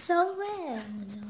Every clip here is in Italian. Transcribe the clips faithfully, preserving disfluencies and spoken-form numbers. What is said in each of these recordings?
so well.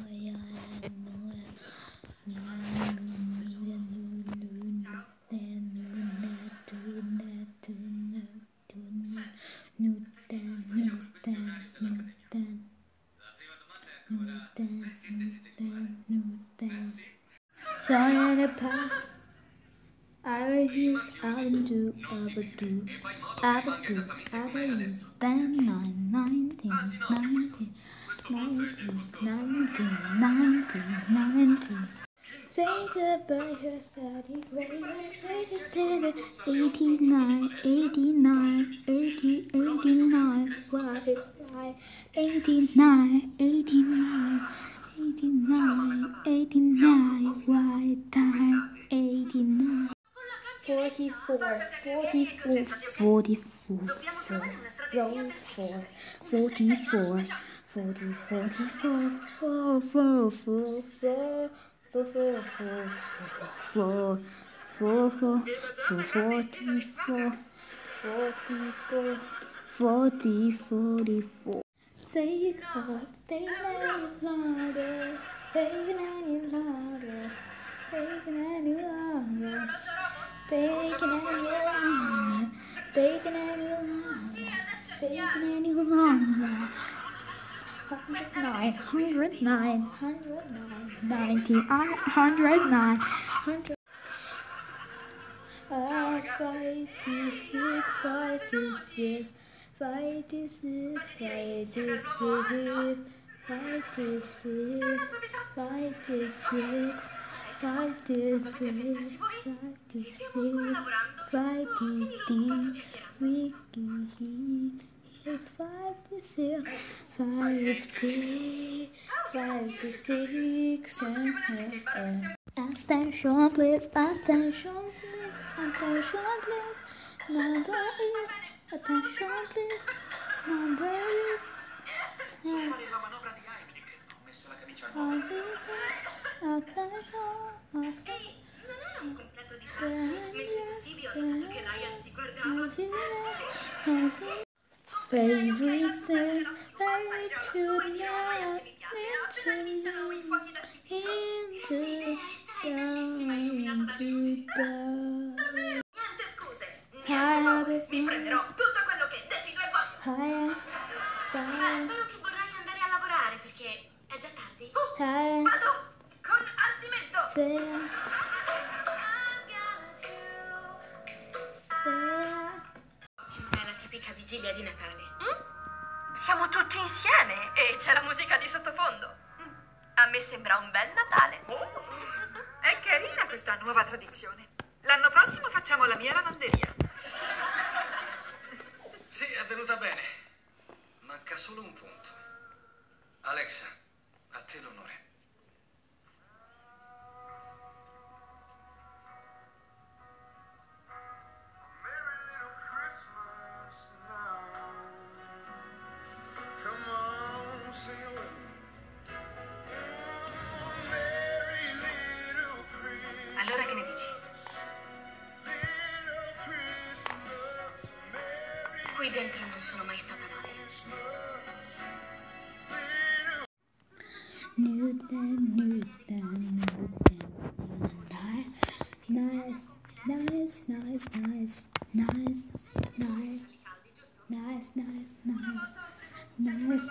So in a pub, I you, I do, I would do, I would do, I would do, then nine, nineteen, nineteen, nineteen, nineteen, nineteen, nineteen. Say goodbye, your study, say goodbye, eighty-nine, eighty-nine, eighty, eighty-nine, why, why, eighty-nine, eighty-nine, eighty-nine, eighty-nine, why, time, eighty-nine, forty-four, forty-four, forty-four, roll four, forty-four, forty, forty-four, four, four, four, four. Four, four, four, four, four, four, four, forty-four, forty-four, forty, forty-four. Say God, they can any longer, they can any longer, they can any longer, they can any longer, they can any longer, they can any longer. Nine hundred nine, hundred nine, ninety, hundred nine, hundred. Ah, five to six, five to six, five to six, five to six, five to six, five to six, five to six, five to six, five to D, Wiki. It's five to six, five to five to six, and, and, and. Attention please, attention please, attention please, number is, attention please, number is. Favorite thing I to not into down to down. Niente scuse, niente mi prenderò tutto quello che decido e voglio. Beh, spero che vorrai andare a lavorare perché è già tardi. Uh, vado con ardimento. È la tipica vigilia di Natale. Mm? Siamo tutti insieme e c'è la musica di sottofondo. Mm. A me sembra un bel Natale. Oh, è carina questa nuova tradizione. L'anno prossimo facciamo la mia lavanderia. Sì, è venuta bene. Manca solo un punto. Alexa, a te l'onore. Allora che ne dici? Qui dentro non sono mai stata male. Newton, Newton, Newton. Nice, nice, nice, nice, nice, nice, nice, nice, nice, nice,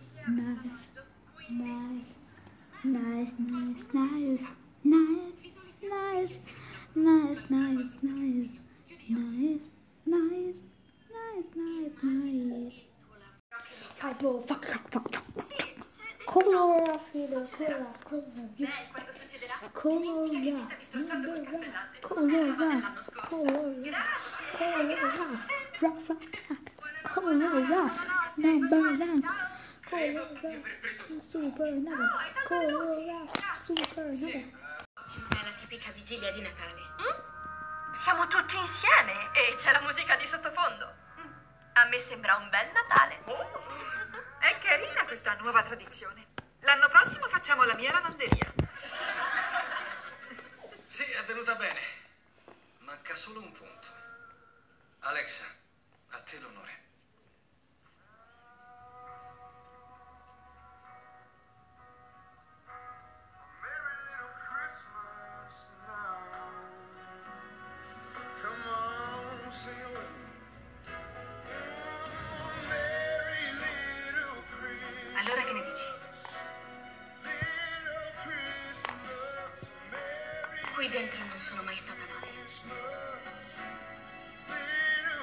nice, nice, nice, nice, nice, nice. Nice, nice, nice, nice, nice, nice, nice, nice, nice. I blow fuck, fuck, fuck, fuck. Color, color, color, color, yes. Color, yeah, number one. Color, yeah, color, yeah, color, yeah. Rock, rock, rock. Color, yeah, number one. Color, yeah, supernova. Color, yeah, supernova. È la tipica vigilia di Natale. Mm? Siamo tutti insieme e c'è la musica di sottofondo. Mm. A me sembra un bel Natale. Oh, è carina questa nuova tradizione. L'anno prossimo facciamo la mia lavanderia. Sì, è venuta bene. Manca solo un punto. Alexa, a te l'onore. Qui dentro non sono mai stata male.